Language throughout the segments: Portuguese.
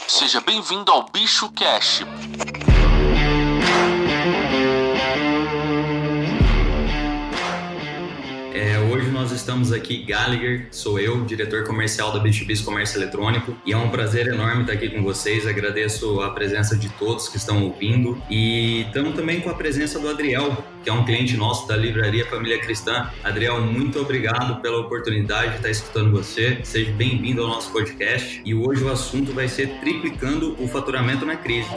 Seja bem-vindo ao Bicho Cash. Hoje nós estamos aqui, Gallagher, sou eu, diretor comercial da B2B Comércio Eletrônico, e é um prazer enorme estar aqui com vocês. Agradeço a presença de todos que estão ouvindo, e estamos também com a presença do Adriel, que é um cliente nosso da Livraria Família Cristã. Adriel, muito obrigado pela oportunidade de estar escutando você. Seja bem-vindo ao nosso podcast, e hoje o assunto vai ser triplicando o faturamento na crise.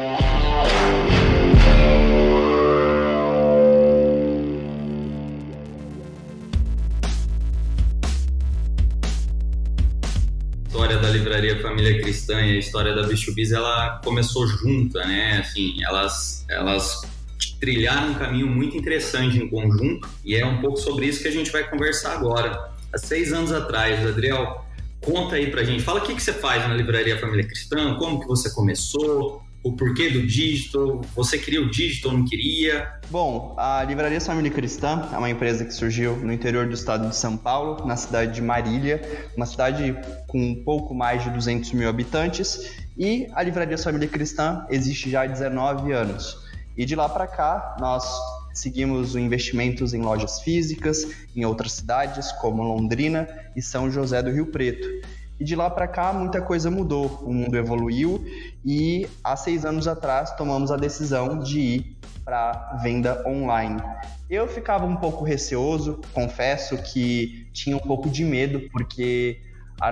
A história da Livraria Família Cristã e a história da B2B, ela começou junta, né? Assim, elas trilharam um caminho muito interessante em conjunto, e é um pouco sobre isso que a gente vai conversar agora. Há 6 anos atrás, Adriel, conta aí pra gente, fala o que você faz na Livraria Família Cristã, como que você começou, o porquê do digital, você queria o digital ou não queria? Bom, a Livraria Família Cristã é uma empresa que surgiu no interior do estado de São Paulo, na cidade de Marília, uma cidade com um pouco mais de 200 mil habitantes, e a Livraria Família Cristã existe já há 19 anos. E de lá para cá, nós seguimos investimentos em lojas físicas, em outras cidades, como Londrina e São José do Rio Preto. E de lá para cá, muita coisa mudou, o mundo evoluiu e há 6 anos atrás tomamos a decisão de ir para venda online. Eu ficava um pouco receoso, confesso que tinha um pouco de medo, porque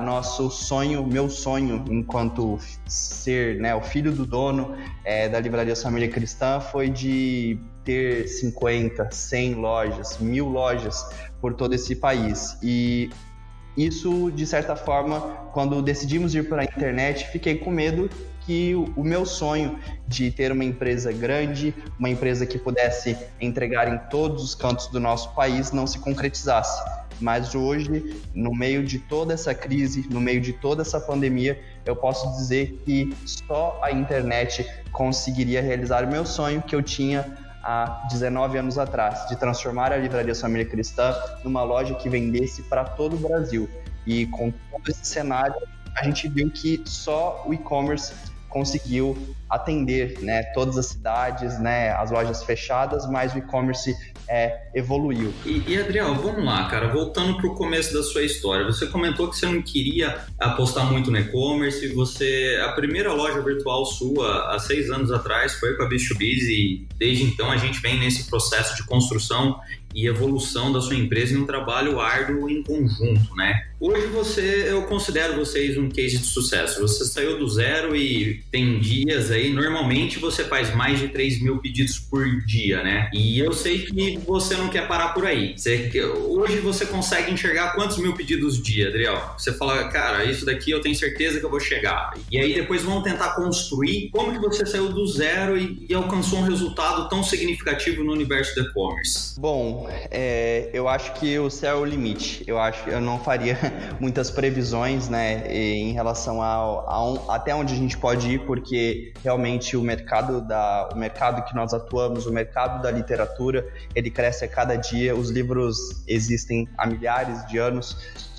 meu sonho enquanto ser, o filho do dono da Livraria Família Cristã foi de ter 50, 100 lojas, 1000 lojas por todo esse país. E isso, de certa forma, quando decidimos ir para a internet, fiquei com medo que o meu sonho de ter uma empresa grande, uma empresa que pudesse entregar em todos os cantos do nosso país, não se concretizasse. Mas hoje, no meio de toda essa crise, no meio de toda essa pandemia, eu posso dizer que só a internet conseguiria realizar o meu sonho que eu tinha há 19 anos atrás, de transformar a Livraria Família Cristã numa loja que vendesse para todo o Brasil. E com todo esse cenário, a gente viu que só o e-commerce conseguiu atender, todas as cidades, as lojas fechadas, mas o e-commerce evoluiu. E Adriel, vamos lá, cara, voltando para o começo da sua história, você comentou que você não queria apostar muito no e-commerce, a primeira loja virtual sua, há 6 anos atrás, foi com a B2B, e desde então a gente vem nesse processo de construção e evolução da sua empresa em um trabalho árduo em conjunto, né? Hoje eu considero vocês um case de sucesso. Você saiu do zero e tem dias aí, normalmente você faz mais de 3 mil pedidos por dia, né? E eu sei que você não quer parar por aí. Hoje você consegue enxergar quantos mil pedidos dia, Adriel? Você fala, cara, isso daqui eu tenho certeza que eu vou chegar. E aí depois vamos tentar construir como que você saiu do zero e alcançou um resultado tão significativo no universo do e-commerce. Bom, eu acho que o céu é o limite. Eu não faria muitas previsões, em relação até onde a gente pode ir, porque realmente o mercado que nós atuamos, o mercado da literatura, ele cresce a cada dia. Os livros existem há milhares de anos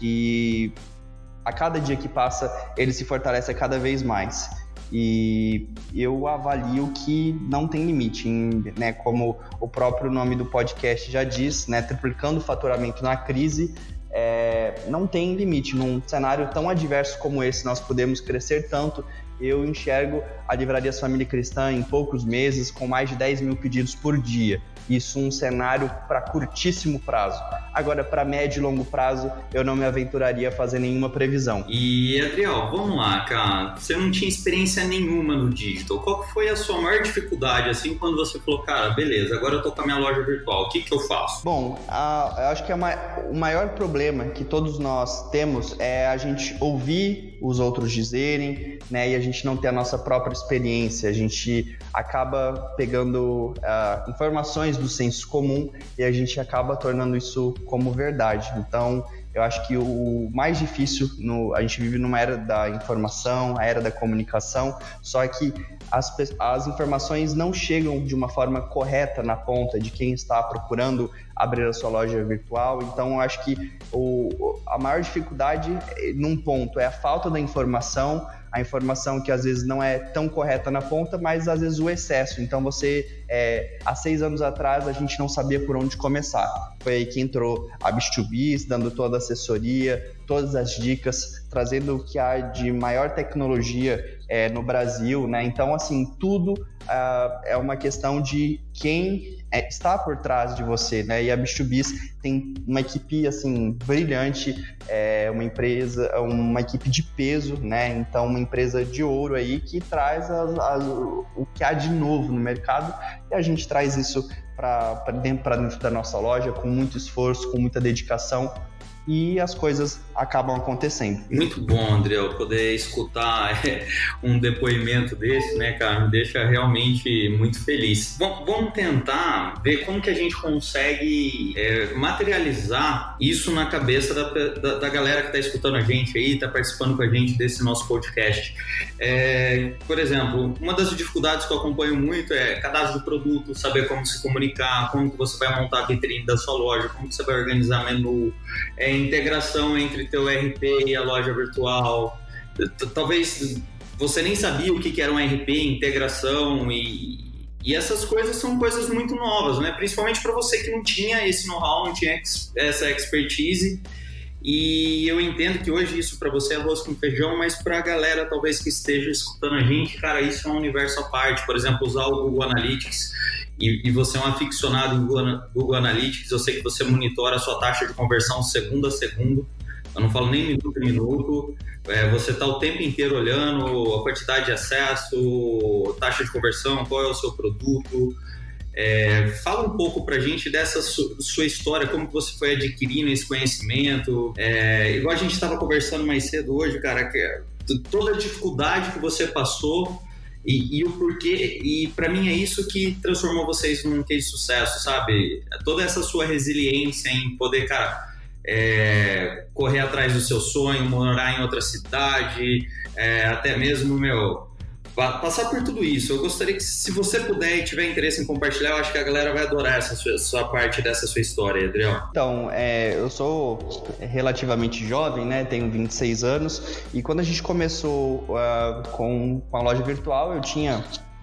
e a cada dia que passa, ele se fortalece cada vez mais. E eu avalio que não tem limite, como o próprio nome do podcast já diz, triplicando o faturamento na crise, não tem limite. Num cenário tão adverso como esse, nós podemos crescer tanto. Eu enxergo a Livraria Família Cristã em poucos meses com mais de 10 mil pedidos por dia. Isso um cenário para curtíssimo prazo. Agora, para médio e longo prazo, eu não me aventuraria a fazer nenhuma previsão. E, Adriel, vamos lá, cara. Você não tinha experiência nenhuma no digital. Qual foi a sua maior dificuldade, assim, quando você falou, cara, beleza, agora eu tô com a minha loja virtual, o que eu faço? Bom, eu acho que o maior problema que todos nós temos é a gente ouvir os outros dizerem, e a gente não ter a nossa própria experiência. A gente acaba pegando informações do senso comum e a gente acaba tornando isso como verdade. Então, eu acho que o mais difícil, a gente vive numa era da informação, a era da comunicação, só que as informações não chegam de uma forma correta na ponta de quem está procurando abrir a sua loja virtual. Então, eu acho que a maior dificuldade num ponto é a falta da informação, a informação que às vezes não é tão correta na ponta, mas às vezes o excesso. Então há 6 anos atrás a gente não sabia por onde começar. Foi aí que entrou a Bicho2Biz, dando toda a assessoria, todas as dicas, trazendo o que há de maior tecnologia no Brasil, né? Então, assim, tudo é uma questão de quem está por trás de você, né? E a Bicho2Biz tem uma equipe, assim, brilhante, uma equipe de peso, né? Então, uma empresa de ouro aí que traz o que há de novo no mercado, e a gente traz isso para dentro da nossa loja com muito esforço, com muita dedicação, e as coisas acabam acontecendo. Muito bom, André, poder escutar um depoimento desse, né, cara, me deixa realmente muito feliz. Bom, vamos tentar ver como que a gente consegue materializar isso na cabeça da galera que está escutando a gente aí, está participando com a gente desse nosso podcast. Por exemplo, uma das dificuldades que eu acompanho muito é cadastro do produto, saber como se comunicar, como que você vai montar a vitrine da sua loja, como que você vai organizar menu, integração entre teu RP e a loja virtual. Talvez você nem sabia o que era um RP, integração, e essas coisas são coisas muito novas, né? Principalmente para você que não tinha esse know-how, não tinha essa expertise. E eu entendo que hoje isso para você é arroz com feijão, mas para a galera talvez que esteja escutando a gente, cara, isso é um universo à parte. Por exemplo, usar o Google Analytics, e você é um aficionado em Google Analytics, eu sei que você monitora a sua taxa de conversão segundo a segundo, eu não falo nem minuto a minuto, você está o tempo inteiro olhando a quantidade de acesso, taxa de conversão, qual é o seu produto. Fala um pouco pra gente dessa sua história, como que você foi adquirindo esse conhecimento, igual a gente estava conversando mais cedo hoje, cara, toda a dificuldade que você passou e o porquê, e pra mim é isso que transformou vocês num case de sucesso, sabe? Toda essa sua resiliência em poder, cara, correr atrás do seu sonho, morar em outra cidade, até mesmo, passar por tudo isso. Eu gostaria que, se você puder e tiver interesse em compartilhar, eu acho que a galera vai adorar essa sua parte dessa sua história, Adriel. Então, eu sou relativamente jovem, né? Tenho 26 anos, e quando a gente começou com a loja virtual, eu tinha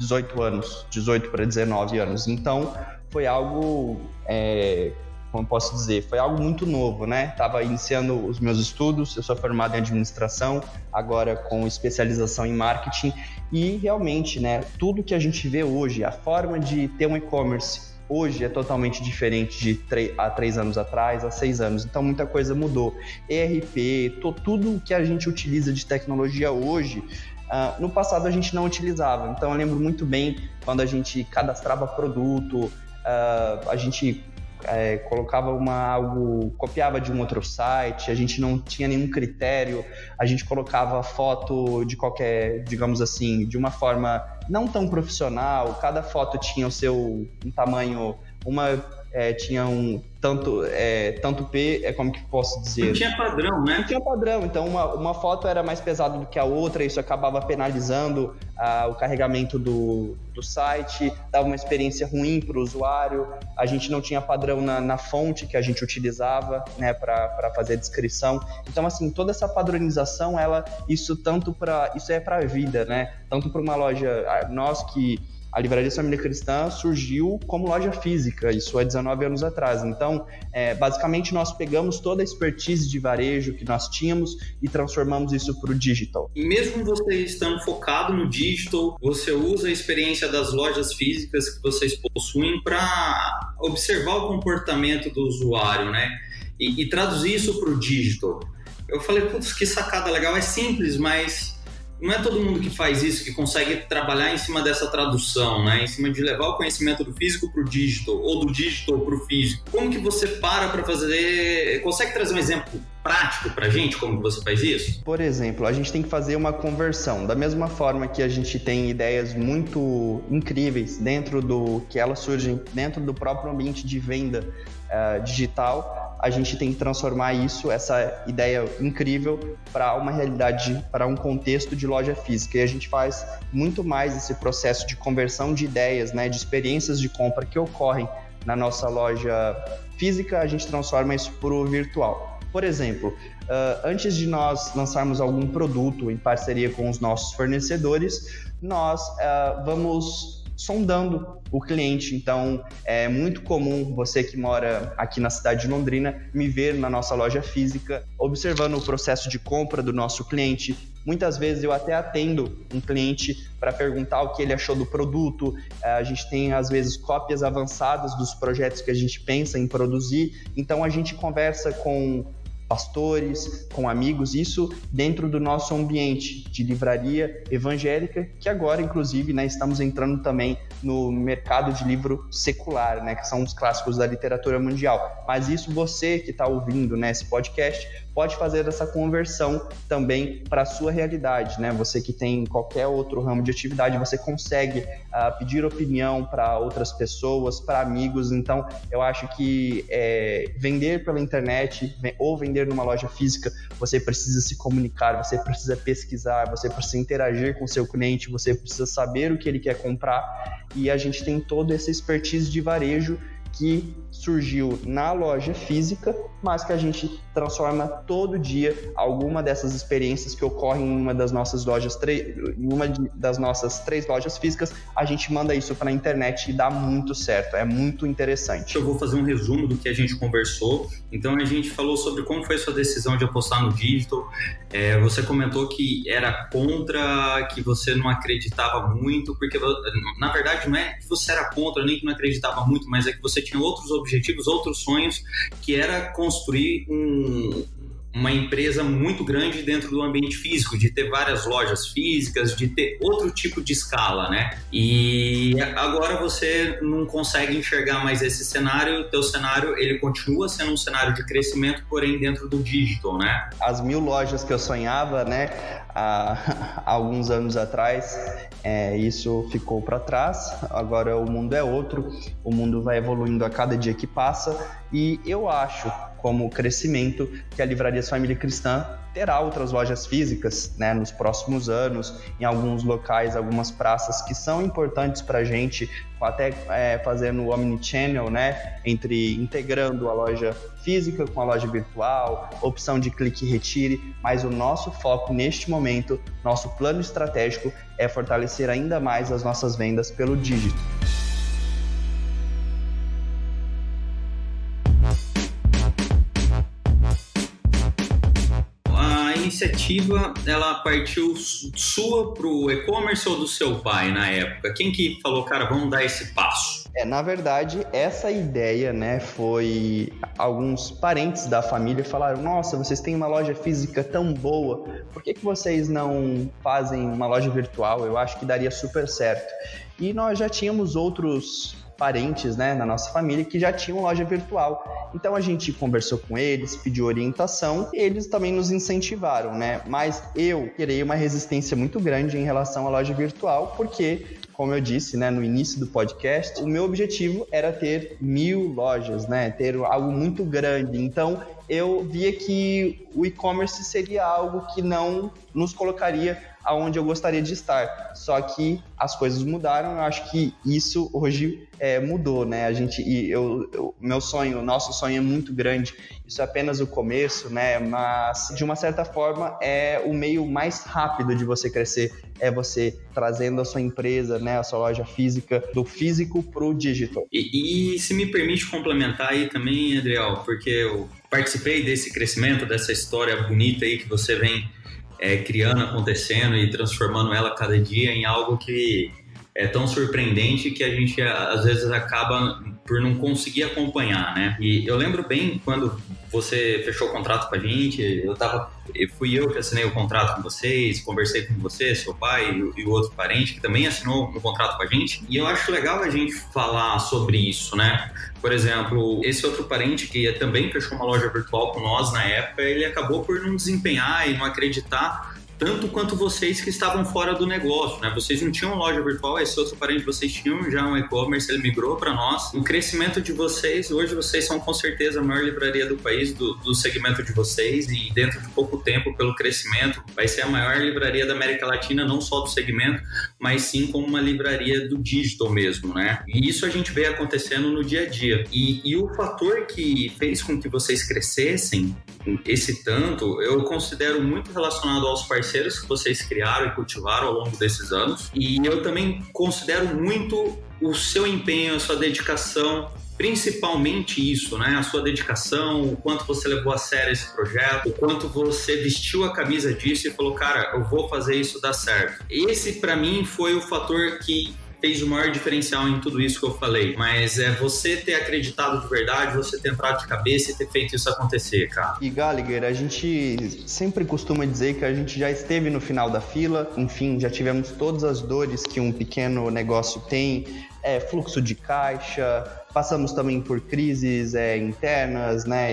18 para 19 anos. Então, foi algo... como posso dizer, foi algo muito novo, né? Estava iniciando os meus estudos, eu sou formado em administração, agora com especialização em marketing, e realmente, né, tudo que a gente vê hoje, a forma de ter um e-commerce hoje é totalmente diferente de há 3 anos atrás, há 6 anos, então muita coisa mudou. ERP, tudo que a gente utiliza de tecnologia hoje, no passado a gente não utilizava. Então eu lembro muito bem quando a gente cadastrava produto, a gente colocava copiava de um outro site, a gente não tinha nenhum critério, a gente colocava foto de qualquer, digamos assim, de uma forma não tão profissional, cada foto tinha um tamanho, tinha um tanto P, como que posso dizer? Não tinha padrão, né? Não tinha padrão, então uma foto era mais pesada do que a outra, isso acabava penalizando o carregamento do site, dava uma experiência ruim para o usuário, a gente não tinha padrão na fonte que a gente utilizava, né, para fazer a descrição. Então, assim, toda essa padronização, isso é para a vida, né? Tanto para uma loja, a Livraria Família Cristã surgiu como loja física, isso há 19 anos atrás. Então, basicamente, nós pegamos toda a expertise de varejo que nós tínhamos e transformamos isso para o digital. E mesmo você estando focado no digital, você usa a experiência das lojas físicas que vocês possuem para observar o comportamento do usuário, né? E traduzir isso para o digital. Eu falei, putz, que sacada legal, é simples, mas... não é todo mundo que faz isso, que consegue trabalhar em cima dessa tradução, né? Em cima de levar o conhecimento do físico para o digital, ou do digital para o físico. Como que você para fazer... Consegue trazer um exemplo prático para a gente, como que você faz isso? Por exemplo, a gente tem que fazer uma conversão. Da mesma forma que a gente tem ideias muito incríveis que elas surgem dentro do próprio ambiente de venda digital, a gente tem que transformar essa ideia incrível para uma realidade, para um contexto de loja física. E a gente faz muito mais esse processo de conversão de ideias, né, de experiências de compra que ocorrem na nossa loja física, a gente transforma isso para o virtual. Por exemplo, antes de nós lançarmos algum produto em parceria com os nossos fornecedores, nós vamos sondando o cliente. Então, é muito comum você que mora aqui na cidade de Londrina me ver na nossa loja física, observando o processo de compra do nosso cliente. Muitas vezes eu até atendo um cliente para perguntar o que ele achou do produto. A gente tem, às vezes, cópias avançadas dos projetos que a gente pensa em produzir. Então, a gente conversa com pastores, com amigos, isso dentro do nosso ambiente de livraria evangélica, que agora, inclusive, né, estamos entrando também no mercado de livro secular, né, que são os clássicos da literatura mundial. Mas isso você que está ouvindo, né, esse podcast pode fazer essa conversão também para a sua realidade, né? Você que tem qualquer outro ramo de atividade, você consegue pedir opinião para outras pessoas, para amigos. Então, eu acho que vender pela internet ou vender numa loja física, você precisa se comunicar, você precisa pesquisar, você precisa interagir com o seu cliente, você precisa saber o que ele quer comprar. E a gente tem toda essa expertise de varejo que surgiu na loja física, mas que a gente transforma todo dia alguma dessas experiências que ocorrem em uma das nossas lojas, em uma das nossas 3 lojas físicas, a gente manda isso para a internet e dá muito certo, é muito interessante. Eu vou fazer um resumo do que a gente conversou. Então a gente falou sobre como foi sua decisão de apostar no digital. Você comentou que era contra, que você não acreditava muito, porque na verdade não é que você era contra nem que não acreditava muito, mas é que você tinha outros objetivos, outros sonhos, que era construir uma empresa muito grande dentro do ambiente físico, de ter várias lojas físicas, de ter outro tipo de escala, né? E agora você não consegue enxergar mais esse cenário, o teu cenário, ele continua sendo um cenário de crescimento, porém dentro do digital, né? As 1000 lojas que eu sonhava, né, há alguns anos atrás, isso ficou para trás. Agora o mundo é outro, o mundo vai evoluindo a cada dia que passa, e eu acho, como crescimento, que a Livraria Família Cristã terá outras lojas físicas, né, nos próximos anos, em alguns locais, algumas praças que são importantes para a gente, até fazendo o omnichannel, né, integrando a loja física com a loja virtual, opção de clique e retire, mas o nosso foco neste momento, nosso plano estratégico é fortalecer ainda mais as nossas vendas pelo dígito. A iniciativa, ela partiu sua para o e-commerce ou do seu pai na época? Quem que falou, cara, vamos dar esse passo? Na verdade, essa ideia, né, foi alguns parentes da família falaram: nossa, vocês têm uma loja física tão boa, por que vocês não fazem uma loja virtual? Eu acho que daria super certo. E nós já tínhamos outros parentes, né, na nossa família que já tinham loja virtual. Então a gente conversou com eles, pediu orientação, e eles também nos incentivaram, né? Mas eu criei uma resistência muito grande em relação à loja virtual, porque, como eu disse, né, no início do podcast, o meu objetivo era ter 1000 lojas, né, ter algo muito grande. Então eu via que o e-commerce seria algo que não nos colocaria aonde eu gostaria de estar. Só que as coisas mudaram, eu acho que isso hoje mudou, né? Meu sonho, nosso sonho é muito grande. Isso é apenas o começo, né? Mas de uma certa forma é o meio mais rápido de você crescer, é você trazendo a sua empresa, né, a sua loja física, do físico pro digital. E se me permite complementar aí também, Adriel, porque eu participei desse crescimento, dessa história bonita aí que você vem criando, acontecendo e transformando ela cada dia em algo que é tão surpreendente que a gente às vezes acaba por não conseguir acompanhar, né? E eu lembro bem quando você fechou o contrato com a gente, fui eu que assinei o contrato com vocês, conversei com você, seu pai e o outro parente que também assinou o contrato com a gente, e eu acho legal a gente falar sobre isso, né? Por exemplo, esse outro parente que também fechou uma loja virtual com nós na época, ele acabou por não desempenhar e não acreditar tanto quanto vocês que estavam fora do negócio, né? Vocês não tinham loja virtual, esse outro parente vocês tinham já um e-commerce, ele migrou para nós. O crescimento de vocês, hoje vocês são com certeza a maior livraria do país, do segmento de vocês, e dentro de pouco tempo, pelo crescimento, vai ser a maior livraria da América Latina, não só do segmento, mas sim como uma livraria do digital mesmo, né? E isso a gente vê acontecendo no dia a dia. E o fator que fez com que vocês crescessem esse tanto, eu considero muito relacionado aos parceiros que vocês criaram e cultivaram ao longo desses anos. E eu também considero muito o seu empenho, a sua dedicação, principalmente isso, né? A sua dedicação, o quanto você levou a sério esse projeto, o quanto você vestiu a camisa disso e falou, cara, eu vou fazer isso dar certo. Esse, para mim, foi o fator que fez o maior diferencial em tudo isso que eu falei. Mas é você ter acreditado de verdade, você ter entrado de cabeça e ter feito isso acontecer, cara. E Gallagher, a gente sempre costuma dizer que a gente já esteve no final da fila, enfim, já tivemos todas as dores que um pequeno negócio tem, fluxo de caixa, passamos também por crises internas, né,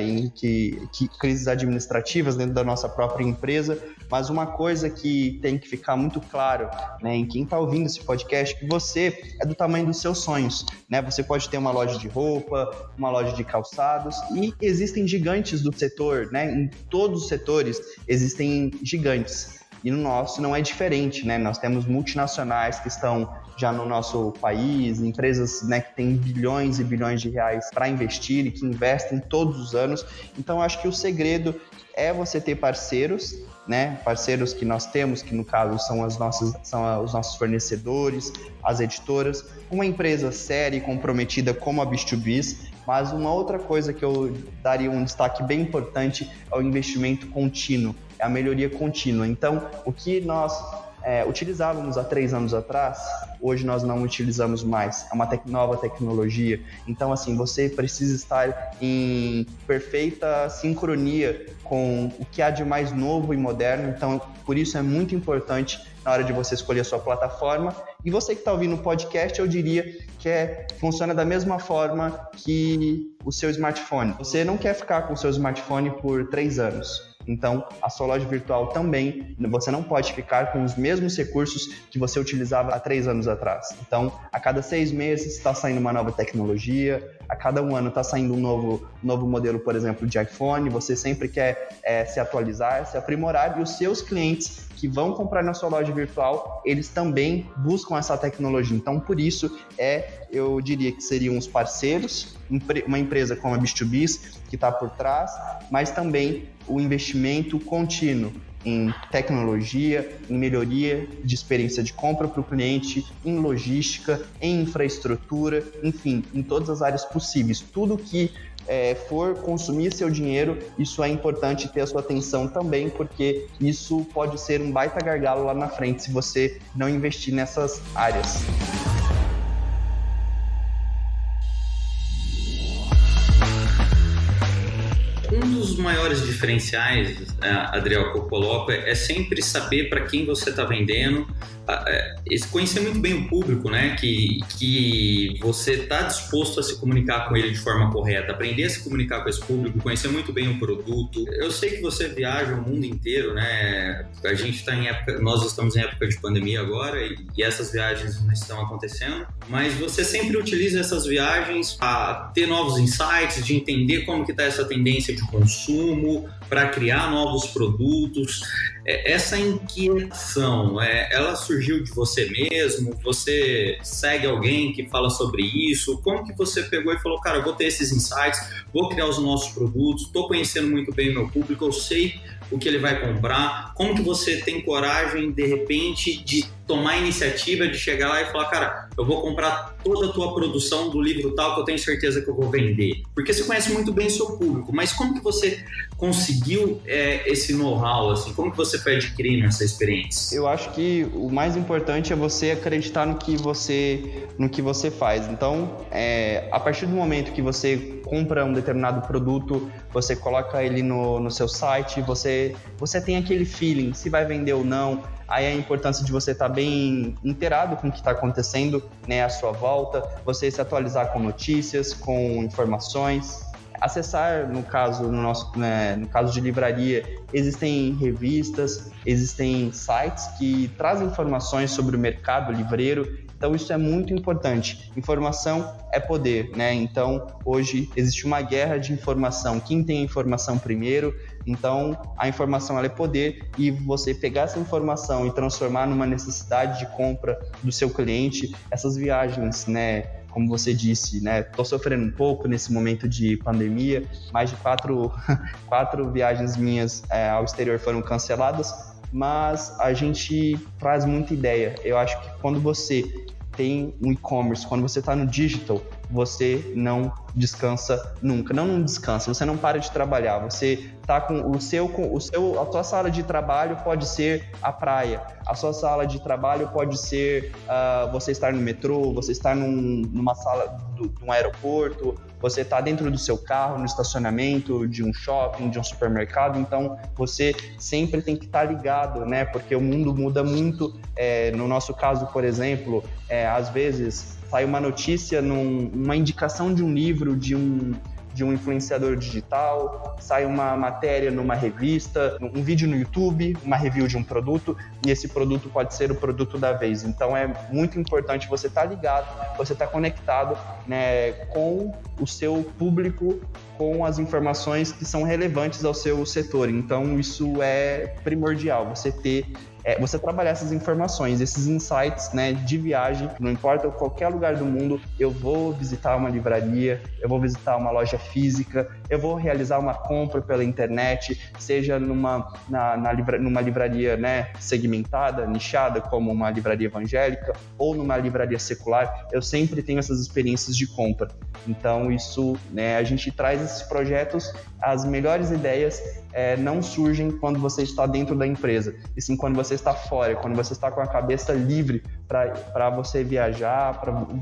crises administrativas dentro da nossa própria empresa, mas uma coisa que tem que ficar muito claro, né, em quem está ouvindo esse podcast, que você é do tamanho dos seus sonhos, né? Você pode ter uma loja de roupa, uma loja de calçados, e existem gigantes do setor, né? Em todos os setores existem gigantes. E no nosso não é diferente, né? Nós temos multinacionais que estão já no nosso país, empresas, né, que têm bilhões e bilhões de reais para investir e que investem todos os anos. Então, acho que o segredo é você ter parceiros, né? Parceiros que nós temos, que no caso são os nossos fornecedores, as editoras, uma empresa séria e comprometida como a Bicho2Biz. Mas uma outra coisa que eu daria um destaque bem importante é o investimento contínuo, é a melhoria contínua. Então, o que nós utilizávamos há 3 anos atrás, hoje nós não utilizamos mais. É uma nova tecnologia. Então, assim, você precisa estar em perfeita sincronia com o que há de mais novo e moderno. Então, por isso é muito importante na hora de você escolher a sua plataforma. E você que está ouvindo o podcast, eu diria que funciona da mesma forma que o seu smartphone. Você não quer ficar com o seu smartphone por 3 anos. Então, a sua loja virtual também, você não pode ficar com os mesmos recursos que você utilizava há 3 anos atrás. Então, a cada 6 meses está saindo uma nova tecnologia, a cada 1 ano está saindo um novo modelo, por exemplo, de iPhone. Você sempre quer se atualizar, se aprimorar, e os seus clientes que vão comprar na sua loja virtual, eles também buscam essa tecnologia. Então, por isso, eu diria que seriam os parceiros, uma empresa como a Bicho2Biz, que está por trás, mas também o investimento contínuo em tecnologia, em melhoria de experiência de compra para o cliente, em logística, em infraestrutura, enfim, em todas as áreas possíveis. Tudo que for consumir seu dinheiro, isso é importante ter a sua atenção também, porque isso pode ser um baita gargalo lá na frente se você não investir nessas áreas. Um dos maiores diferenciais, Adriel, que eu coloco é sempre saber para quem você está vendendo, conhecer muito bem o público, né? Que você está disposto a se comunicar com ele de forma correta, aprender a se comunicar com esse público, conhecer muito bem o produto. Eu sei que você viaja o mundo inteiro, né? A gente está nós estamos em época de pandemia agora e essas viagens não estão acontecendo, mas você sempre utiliza essas viagens para ter novos insights, de entender como que está essa tendência de consumo, para criar novos produtos. Essa inquietação, ela surgiu de você mesmo? Você segue alguém que fala sobre isso? Como que você pegou e falou, cara, eu vou ter esses insights, vou criar os nossos produtos, estou conhecendo muito bem o meu público, eu sei o que ele vai comprar? Como que você tem coragem, de repente, de tomar a iniciativa de chegar lá e falar, cara, eu vou comprar toda a tua produção do livro tal que eu tenho certeza que eu vou vender? Porque você conhece muito bem o seu público, mas como que você conseguiu esse know-how, assim? Como que você foi adquirir nessa experiência? Eu acho que o mais importante é você acreditar no que você faz. Então, a partir do momento que você compra um determinado produto, você coloca ele no seu site, você tem aquele feeling, se vai vender ou não. Aí a importância de você estar bem inteirado com o que está acontecendo, né, à sua volta, você se atualizar com notícias, com informações. Acessar, no caso de livraria, existem revistas, existem sites que trazem informações sobre o mercado livreiro. Então, isso é muito importante. Informação é poder, né? Então, hoje existe uma guerra de informação. Quem tem a informação primeiro? Então, a informação ela é poder, e você pegar essa informação e transformar numa necessidade de compra do seu cliente, essas viagens, né, como você disse, né? Tô sofrendo um pouco nesse momento de pandemia, mais de quatro viagens minhas ao exterior foram canceladas, mas a gente traz muita ideia. Eu acho que quando você tem um e-commerce, quando você está no digital, você não descansa nunca. Não descansa, você não para de trabalhar. Você tá com a tua sala de trabalho pode ser a praia. A sua sala de trabalho pode ser você estar no metrô, você estar numa sala de um aeroporto, você está dentro do seu carro, no estacionamento de um shopping, de um supermercado. Então, você sempre tem que estar ligado, né? Porque o mundo muda muito. No nosso caso, por exemplo, às vezes sai uma notícia, uma indicação de um livro, de um influenciador digital, sai uma matéria numa revista, um vídeo no YouTube, uma review de um produto, e esse produto pode ser o produto da vez. Então é muito importante você estar ligado, você estar conectado, né, com o seu público, com as informações que são relevantes ao seu setor. Então isso é primordial, você trabalhar essas informações, esses insights, né, de viagem. Não importa qualquer lugar do mundo, eu vou visitar uma livraria, eu vou visitar uma loja física, eu vou realizar uma compra pela internet, seja numa livraria, né, segmentada, nichada, como uma livraria evangélica, ou numa livraria secular. Eu sempre tenho essas experiências de compra. Então isso, né, a gente traz esses projetos, as melhores ideias não surgem quando você está dentro da empresa, e sim quando você está fora, quando você está com a cabeça livre para você viajar,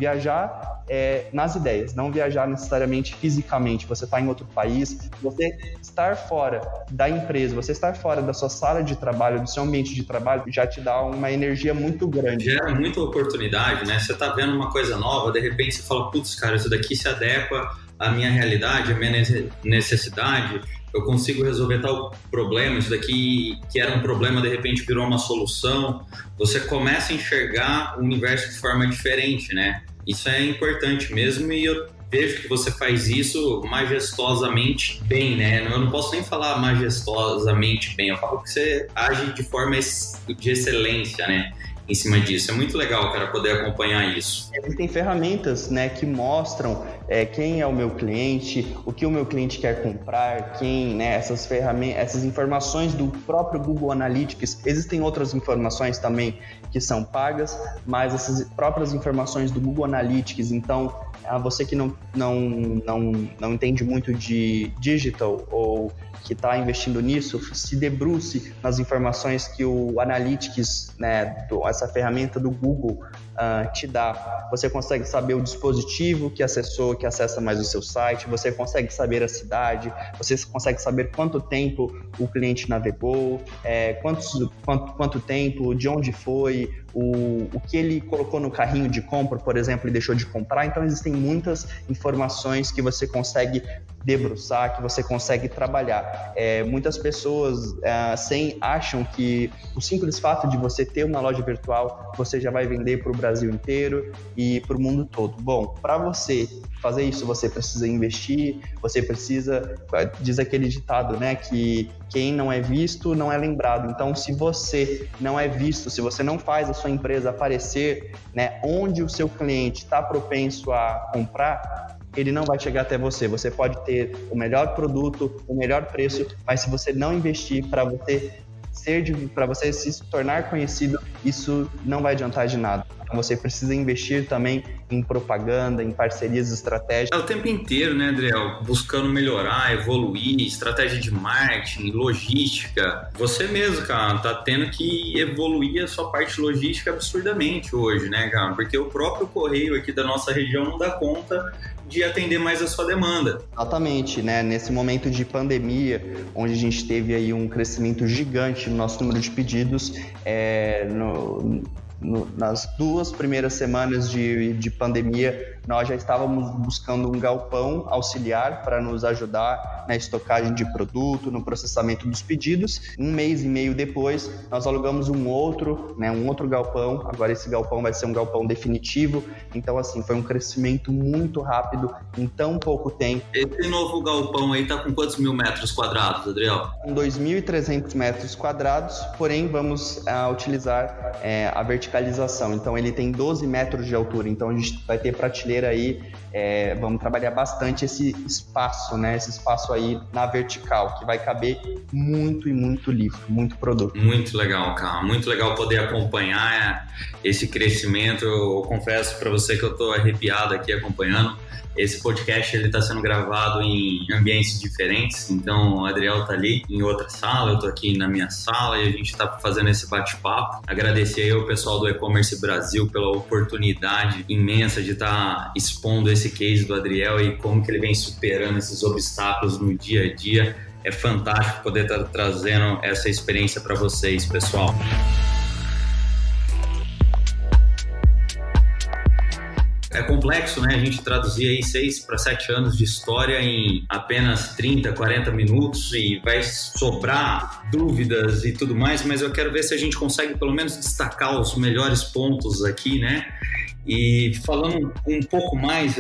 nas ideias, não viajar necessariamente fisicamente. Você está em outro país, você estar fora da empresa, você estar fora da sua sala de trabalho, do seu ambiente de trabalho, já te dá uma energia muito grande. Gera muita oportunidade, né? Você está vendo uma coisa nova, de repente você fala, putz, cara, isso daqui se adequa à minha realidade, à minha necessidade, eu consigo resolver tal problema, isso daqui que era um problema, de repente virou uma solução. Você começa a enxergar o universo de forma diferente, né? Isso é importante mesmo, e eu vejo que você faz isso majestosamente bem, né? Eu não posso nem falar majestosamente bem, eu falo que você age de forma de excelência, né? Em cima disso. É muito legal, cara, poder acompanhar isso. Existem ferramentas, né, que mostram quem é o meu cliente, o que o meu cliente quer comprar, né, essas ferramentas, essas informações do próprio Google Analytics. Existem outras informações também que são pagas, mas essas próprias informações do Google Analytics, então, você que não entende muito de digital ou que está investindo nisso, se debruce nas informações que o Analytics, né, essa ferramenta do Google te dá. Você consegue saber o dispositivo que acessa mais o seu site, você consegue saber a cidade, você consegue saber quanto tempo o cliente navegou, quanto tempo, de onde foi, o que ele colocou no carrinho de compra, por exemplo, e deixou de comprar. Então existem muitas informações que você consegue debruçar, que você consegue trabalhar. Muitas pessoas acham que o simples fato de você ter uma loja virtual, você já vai vender para o Brasil inteiro e para o mundo todo. Bom, para você fazer isso, você precisa investir, você precisa, diz aquele ditado, né, que quem não é visto não é lembrado. Então, se você não é visto, se você não faz a sua empresa aparecer, né, onde o seu cliente está propenso a comprar, ele não vai chegar até você. Você pode ter o melhor produto, o melhor preço, mas se você não investir para você se tornar conhecido, isso não vai adiantar de nada. Então você precisa investir também em propaganda, em parcerias estratégicas. O tempo inteiro, né, Adriel? Buscando melhorar, evoluir, estratégia de marketing, logística. Você mesmo, cara, tá tendo que evoluir a sua parte logística absurdamente hoje, né, cara? Porque o próprio correio aqui da nossa região não dá conta de atender mais a sua demanda. Exatamente, né? Nesse momento de pandemia, onde a gente teve aí um crescimento gigante no nosso número de pedidos, nas 2 primeiras semanas de pandemia, nós já estávamos buscando um galpão auxiliar para nos ajudar na estocagem de produto, no processamento dos pedidos. 1 mês e meio depois, nós alugamos um outro galpão. Agora esse galpão vai ser um galpão definitivo. Então, assim, foi um crescimento muito rápido em tão pouco tempo. Esse novo galpão aí tá com quantos mil metros quadrados, Adriel? Com 2.300 metros quadrados, porém vamos utilizar a verticalidade verticalização. Então ele tem 12 metros de altura, então a gente vai ter prateleira aí, vamos trabalhar bastante esse espaço, né? Esse espaço aí na vertical, que vai caber muito e muito livro, muito produto. Muito legal, cara. Muito legal poder acompanhar esse crescimento. Eu confesso para você que eu tô arrepiado aqui acompanhando. Esse podcast ele está sendo gravado em ambientes diferentes, então o Adriel tá ali em outra sala, eu tô aqui na minha sala e a gente está fazendo esse bate-papo. Agradecer aí ao pessoal do E-Commerce Brasil pela oportunidade imensa de estar expondo esse case do Adriel e como que ele vem superando esses obstáculos no dia a dia. É fantástico poder estar trazendo essa experiência para vocês, pessoal. É complexo, né? A gente traduzir aí 6 para 7 anos de história em apenas 30, 40 minutos e vai sobrar dúvidas e tudo mais, mas eu quero ver se a gente consegue pelo menos destacar os melhores pontos aqui, né? E falando um pouco mais,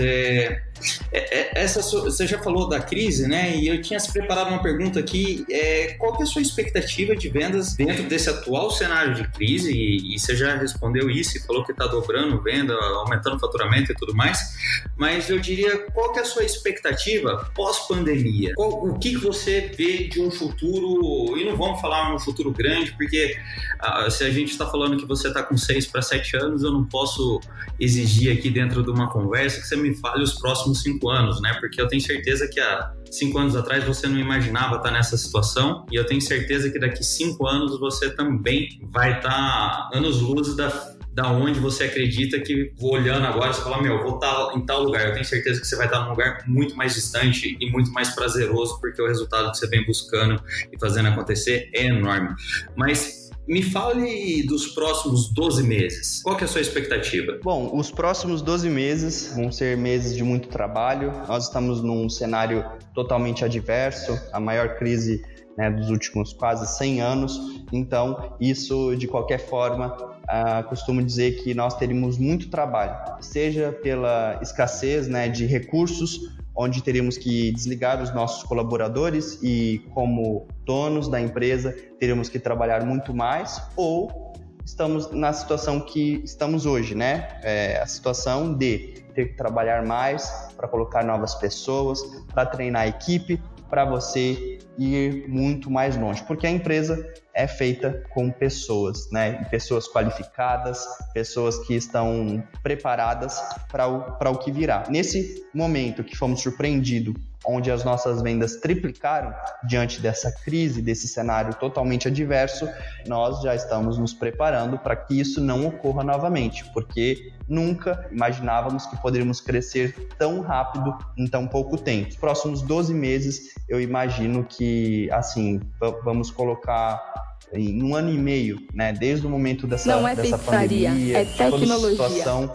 você já falou da crise, né? E eu tinha se preparado uma pergunta aqui, qual que é a sua expectativa de vendas dentro desse atual cenário de crise? E você já respondeu isso e falou que está dobrando venda, aumentando o faturamento e tudo mais, mas eu diria, qual que é a sua expectativa pós-pandemia? O que você vê de um futuro, e não vamos falar um futuro grande, porque se a gente está falando que você está com 6 para 7 anos, eu não posso exigir aqui dentro de uma conversa que você me fale os próximos 5 anos, né? Porque eu tenho certeza que há 5 anos atrás você não imaginava estar nessa situação e eu tenho certeza que daqui 5 anos você também vai estar anos-luz da onde você acredita que, olhando agora, você fala, vou estar em tal lugar. Eu tenho certeza que você vai estar num lugar muito mais distante e muito mais prazeroso, porque o resultado que você vem buscando e fazendo acontecer é enorme. Mas me fale dos próximos 12 meses. Qual que é a sua expectativa? Bom, os próximos 12 meses vão ser meses de muito trabalho. Nós estamos num cenário totalmente adverso, a maior crise, né, dos últimos quase 100 anos. Então, isso, de qualquer forma, costumo dizer que nós teremos muito trabalho, seja pela escassez, né, de recursos, onde teríamos que desligar os nossos colaboradores e, como donos da empresa, teríamos que trabalhar muito mais, ou estamos na situação que estamos hoje, né? A situação de ter que trabalhar mais para colocar novas pessoas, para treinar a equipe, para você ir muito mais longe, porque a empresa é feita com pessoas, né? Pessoas qualificadas, pessoas que estão preparadas para o que virá. Nesse momento que fomos surpreendidos, onde as nossas vendas triplicaram diante dessa crise, desse cenário totalmente adverso, nós já estamos nos preparando para que isso não ocorra novamente, porque nunca imaginávamos que poderíamos crescer tão rápido em tão pouco tempo. Nos próximos 12 meses, eu imagino que, assim, vamos colocar em 1 ano e meio, né, desde o momento dessa pandemia, é tecnologia. Toda a situação,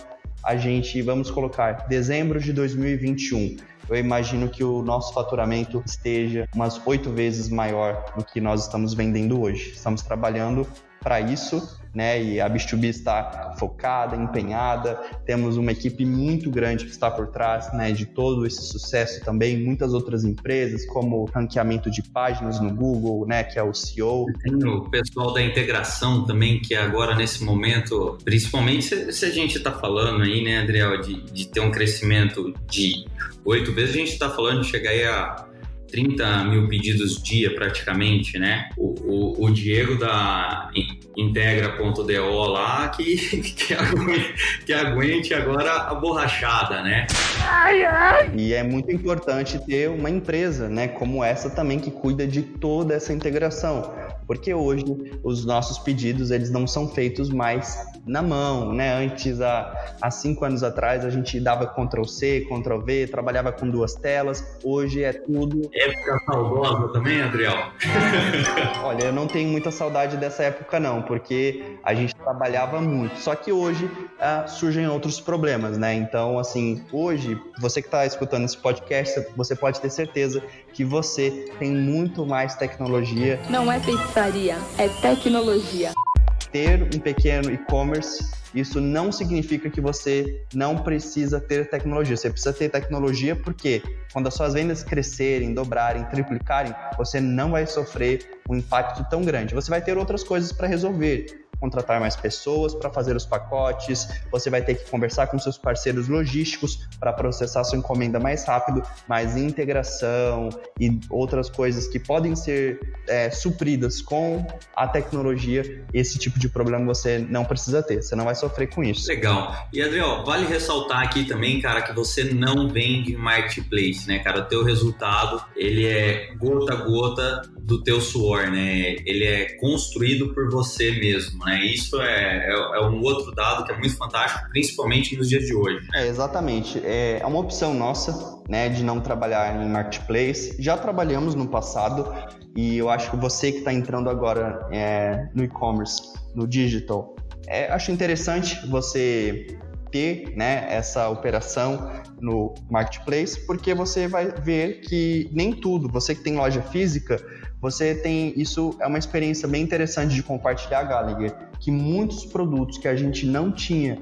vamos colocar dezembro de 2021. Eu imagino que o nosso faturamento esteja umas 8 vezes maior do que nós estamos vendendo hoje. Estamos trabalhando para isso, né? E a Bish2B está focada, empenhada. Temos uma equipe muito grande que está por trás, né, de todo esse sucesso também. Muitas outras empresas, como ranqueamento de páginas no Google, né, que é o SEO. Tem o pessoal da integração também, que agora, nesse momento, principalmente se a gente está falando aí, né, Adriel, de ter um crescimento de 8 vezes, a gente está falando de chegar aí a 30 mil pedidos dia praticamente, né? O Diego da Integra.do lá que aguente agora a borrachada, né? E é muito importante ter uma empresa, né, como essa também, que cuida de toda essa integração, porque hoje os nossos pedidos, eles não são feitos mais na mão, né? Antes, há 5 anos atrás, a gente dava Ctrl+C, Ctrl+V, trabalhava com 2 telas. Hoje é tudo... Época saudosa também, Adriel? Olha, eu não tenho muita saudade dessa época não, porque a gente trabalhava muito. Só que hoje surgem outros problemas, né? Então, assim, hoje, você que está escutando esse podcast, você pode ter certeza que você tem muito mais tecnologia. Não é pizzaria, é tecnologia. Ter um pequeno e-commerce, isso não significa que você não precisa ter tecnologia. Você precisa ter tecnologia porque quando as suas vendas crescerem, dobrarem, triplicarem, você não vai sofrer um impacto tão grande. Você vai ter outras coisas para resolver, contratar mais pessoas para fazer os pacotes, você vai ter que conversar com seus parceiros logísticos para processar sua encomenda mais rápido, mas integração e outras coisas que podem ser supridas com a tecnologia, esse tipo de problema você não precisa ter, você não vai sofrer com isso. Legal. E, Adriel, vale ressaltar aqui também, cara, que você não vende marketplace, né, cara? O teu resultado, ele é gota a gota do teu suor, né? Ele é construído por você mesmo, né? Isso é um outro dado que é muito fantástico, principalmente nos dias de hoje. Exatamente. É uma opção nossa, né, de não trabalhar em marketplace. Já trabalhamos no passado e eu acho que você que está entrando agora no e-commerce, no digital, acho interessante você ter, né, essa operação no marketplace, porque você vai ver que nem tudo, você que tem loja física, você tem, isso é uma experiência bem interessante de compartilhar, Gallagher, que muitos produtos que a gente não tinha,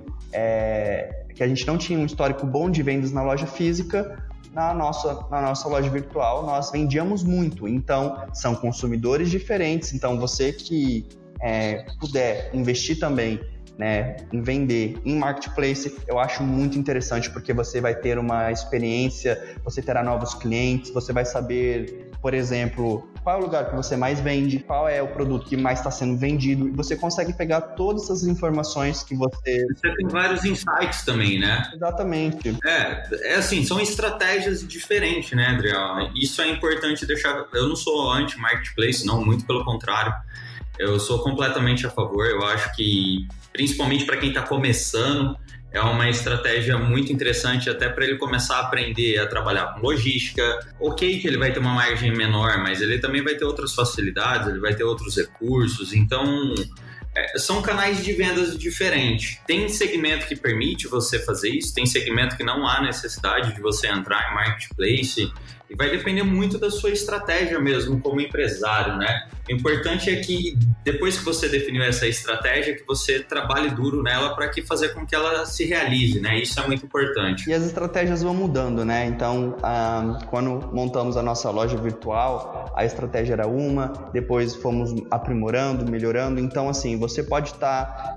um histórico bom de vendas na loja física, na nossa loja virtual nós vendíamos muito. Então são consumidores diferentes, então você que puder investir também, né, em vender em marketplace, eu acho muito interessante, porque você vai ter uma experiência, você terá novos clientes, você vai saber, por exemplo, qual é o lugar que você mais vende, qual é o produto que mais está sendo vendido, e você consegue pegar todas essas informações que você... Você tem vários insights também, né? Exatamente. Assim, são estratégias diferentes, né, Adriel? Isso é importante deixar... Eu não sou anti-marketplace, não, muito pelo contrário. Eu sou completamente a favor. Eu acho que, principalmente para quem está começando, é uma estratégia muito interessante até para ele começar a aprender a trabalhar com logística. Ok que ele vai ter uma margem menor, mas ele também vai ter outras facilidades, ele vai ter outros recursos. Então, são canais de vendas diferentes. Tem segmento que permite você fazer isso, tem segmento que não há necessidade de você entrar em marketplace, e vai depender muito da sua estratégia mesmo como empresário, né? O importante é que depois que você definiu essa estratégia, que você trabalhe duro nela para fazer com que ela se realize, né? Isso é muito importante. E as estratégias vão mudando, né? Então, quando montamos a nossa loja virtual, a estratégia era uma, depois fomos aprimorando, melhorando. Então, assim, você pode estar...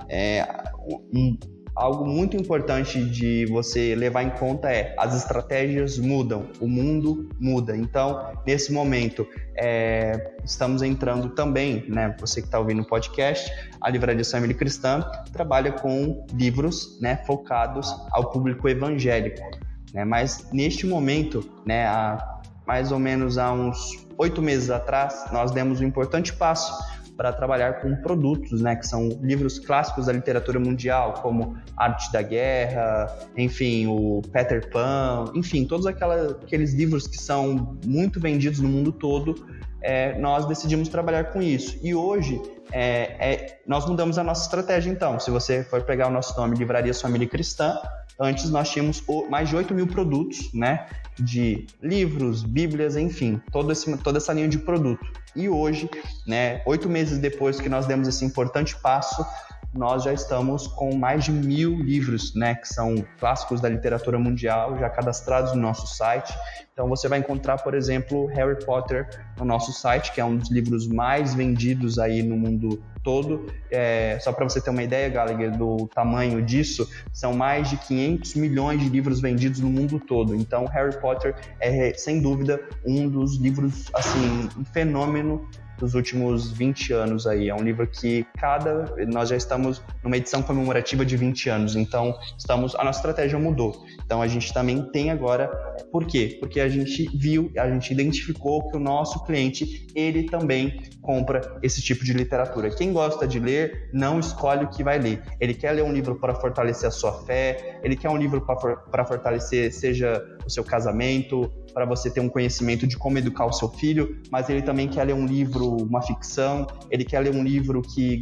Algo muito importante de você levar em conta as estratégias mudam, o mundo muda. Então, nesse momento, estamos entrando também, né? Você que está ouvindo o podcast, a Livraria Família Cristã trabalha com livros, né, focados ao público evangélico, né? Mas neste momento, né, mais ou menos há uns 8 meses atrás, nós demos um importante passo para trabalhar com produtos, né, que são livros clássicos da literatura mundial, como Arte da Guerra, enfim, o Peter Pan, enfim, todos aqueles livros que são muito vendidos no mundo todo. Nós decidimos trabalhar com isso. E hoje, nós mudamos a nossa estratégia, então. Se você for pegar o nosso nome, Livraria Família Cristã, antes nós tínhamos mais de 8 mil produtos, né, de livros, bíblias, enfim, toda essa linha de produto. E hoje, né, 8 meses depois que nós demos esse importante passo, nós já estamos com mais de 1.000 livros, né, que são clássicos da literatura mundial, já cadastrados no nosso site. Então você vai encontrar, por exemplo, Harry Potter no nosso site, que é um dos livros mais vendidos aí no mundo todo. Só para você ter uma ideia, Gallagher, do tamanho disso, são mais de 500 milhões de livros vendidos no mundo todo. Então Harry Potter é, sem dúvida, um dos livros, assim, um fenômeno dos últimos 20 anos aí. É um livro que nós já estamos numa edição comemorativa de 20 anos, então a nossa estratégia mudou. Então a gente também tem agora, por quê? Porque a gente identificou que o nosso cliente, ele também compra esse tipo de literatura. Quem gosta de ler, não escolhe o que vai ler. Ele quer ler um livro para fortalecer a sua fé, ele quer um livro para fortalecer, seja o seu casamento, para você ter um conhecimento de como educar o seu filho, mas ele também quer ler um livro, uma ficção, ele quer ler um livro que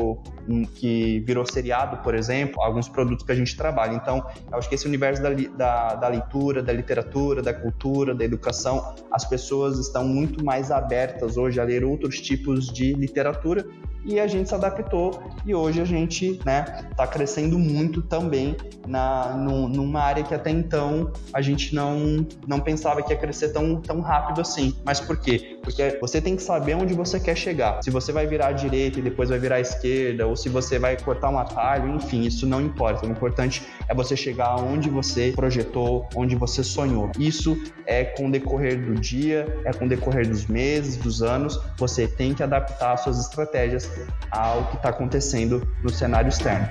que virou seriado, por exemplo, alguns produtos que a gente trabalha. Então, eu acho que esse universo da leitura, da literatura, da cultura, da educação, as pessoas estão muito mais abertas hoje a ler outros tipos de literatura, e a gente se adaptou e hoje a gente, né, tá crescendo muito também numa área que até então a gente não pensava que ia crescer tão rápido assim. Mas por quê? Porque você tem que saber onde você quer chegar. Se você vai virar à direita e depois vai virar à esquerda, ou se você vai cortar um atalho, enfim, isso não importa. O importante é você chegar onde você projetou, onde você sonhou. Isso é com o decorrer do dia, é com o decorrer dos meses, dos anos. Você tem que adaptar suas estratégias ao que está acontecendo no cenário externo.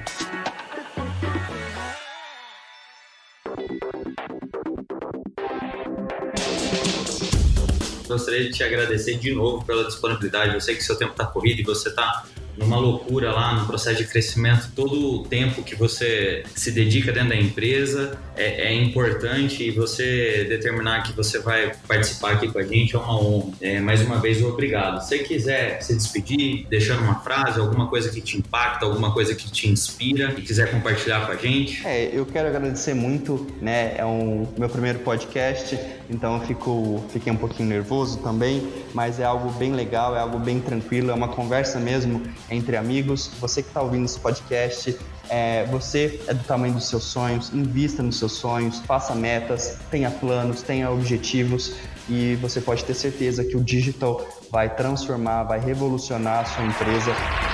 Gostaria de te agradecer de novo pela disponibilidade. Eu sei que seu tempo está corrido e você está numa loucura lá, no processo de crescimento. Todo o tempo que você se dedica dentro da empresa é importante, e você determinar que você vai participar aqui com a gente é uma honra. Mais uma vez, obrigado. Se você quiser se despedir, deixando uma frase, alguma coisa que te impacta, alguma coisa que te inspira e quiser compartilhar com a gente. Eu quero agradecer muito, né? É o meu primeiro podcast, então eu fiquei um pouquinho nervoso também, mas é algo bem legal, é algo bem tranquilo, é uma conversa mesmo entre amigos. Você que está ouvindo esse podcast, você é do tamanho dos seus sonhos, invista nos seus sonhos, faça metas, tenha planos, tenha objetivos, e você pode ter certeza que o digital vai transformar, vai revolucionar a sua empresa.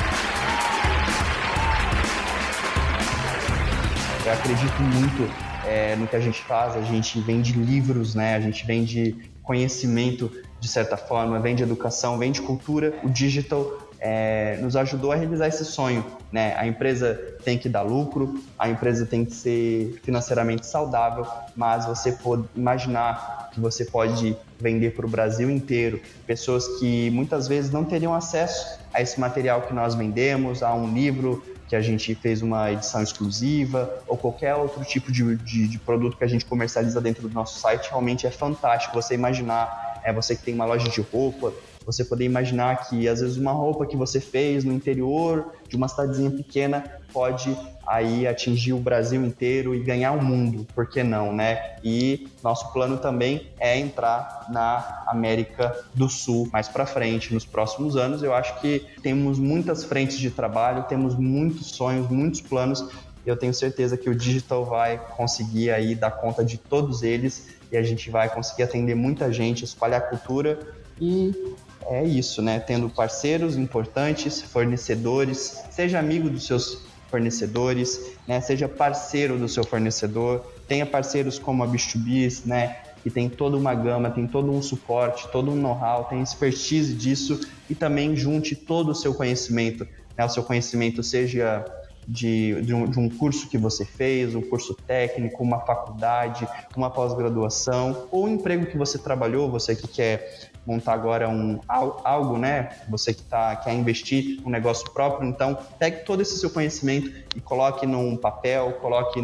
Eu acredito muito no que a gente faz. A gente vende livros, né? A gente vende conhecimento de certa forma, vende educação, vende cultura. O digital nos ajudou a realizar esse sonho, né? A empresa tem que dar lucro, a empresa tem que ser financeiramente saudável, mas você pode imaginar que você pode vender para o Brasil inteiro, pessoas que muitas vezes não teriam acesso a esse material que nós vendemos, a um livro que a gente fez uma edição exclusiva, ou qualquer outro tipo de produto que a gente comercializa dentro do nosso site. Realmente é fantástico você imaginar, você que tem uma loja de roupa, você poder imaginar que às vezes uma roupa que você fez no interior de uma cidadezinha pequena pode aí atingir o Brasil inteiro e ganhar o mundo, por que não, né? E nosso plano também é entrar na América do Sul mais para frente, nos próximos anos. Eu acho que temos muitas frentes de trabalho, temos muitos sonhos, muitos planos. Eu tenho certeza que o digital vai conseguir aí dar conta de todos eles, e a gente vai conseguir atender muita gente, espalhar cultura. E é isso, né? Tendo parceiros importantes, fornecedores, seja amigo dos seus fornecedores, né? Seja parceiro do seu fornecedor, tenha parceiros como a Bicho2Biz, né? Que tem toda uma gama, tem todo um suporte, todo um know-how, tem expertise disso, e também junte todo o seu conhecimento, né? O seu conhecimento seja de um curso que você fez, um curso técnico, uma faculdade, uma pós-graduação, ou um emprego que você trabalhou, você que quer montar agora algo, né? Você que quer investir um negócio próprio, então pegue todo esse seu conhecimento e coloque num papel, coloque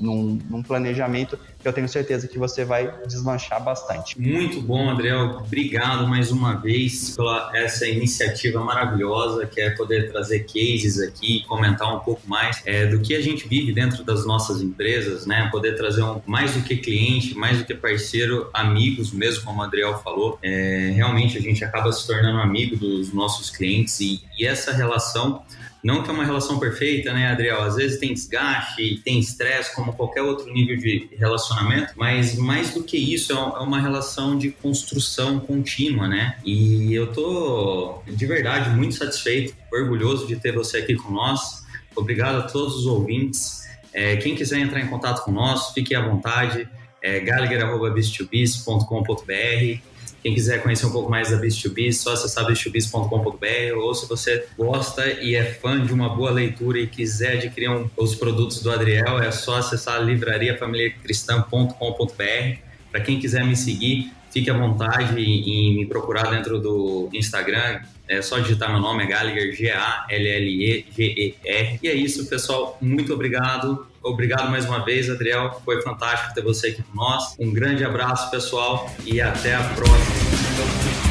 num planejamento, que eu tenho certeza que você vai deslanchar bastante. Muito bom, Adriel. Obrigado mais uma vez pela essa iniciativa maravilhosa, que é poder trazer cases aqui, comentar um pouco mais do que a gente vive dentro das nossas empresas, né? Poder trazer mais do que cliente, mais do que parceiro, amigos mesmo, como o Adriel falou. Realmente a gente acaba se tornando amigo dos nossos clientes, e essa relação, não que é uma relação perfeita, né, Adriel? Às vezes tem desgaste, tem estresse, como qualquer outro nível de relacionamento, mas mais do que isso, é uma relação de construção contínua, né? E eu tô, de verdade, muito satisfeito, orgulhoso de ter você aqui com nós. Obrigado a todos os ouvintes. Quem quiser entrar em contato com nós, fique à vontade, gallagher@bicho2biz.com.br. Quem quiser conhecer um pouco mais da Bicho2Biz, só acessar bicho2biz.com.br, ou se você gosta e é fã de uma boa leitura e quiser adquirir os produtos do Adriel, é só acessar livrariafamiliacristã.com.br. Para quem quiser me seguir, fique à vontade em me procurar dentro do Instagram. É só digitar meu nome, é Gallagher, Gallegher. E é isso, pessoal. Muito obrigado. Obrigado mais uma vez, Adriel. Foi fantástico ter você aqui com nós. Um grande abraço, pessoal, e até a próxima.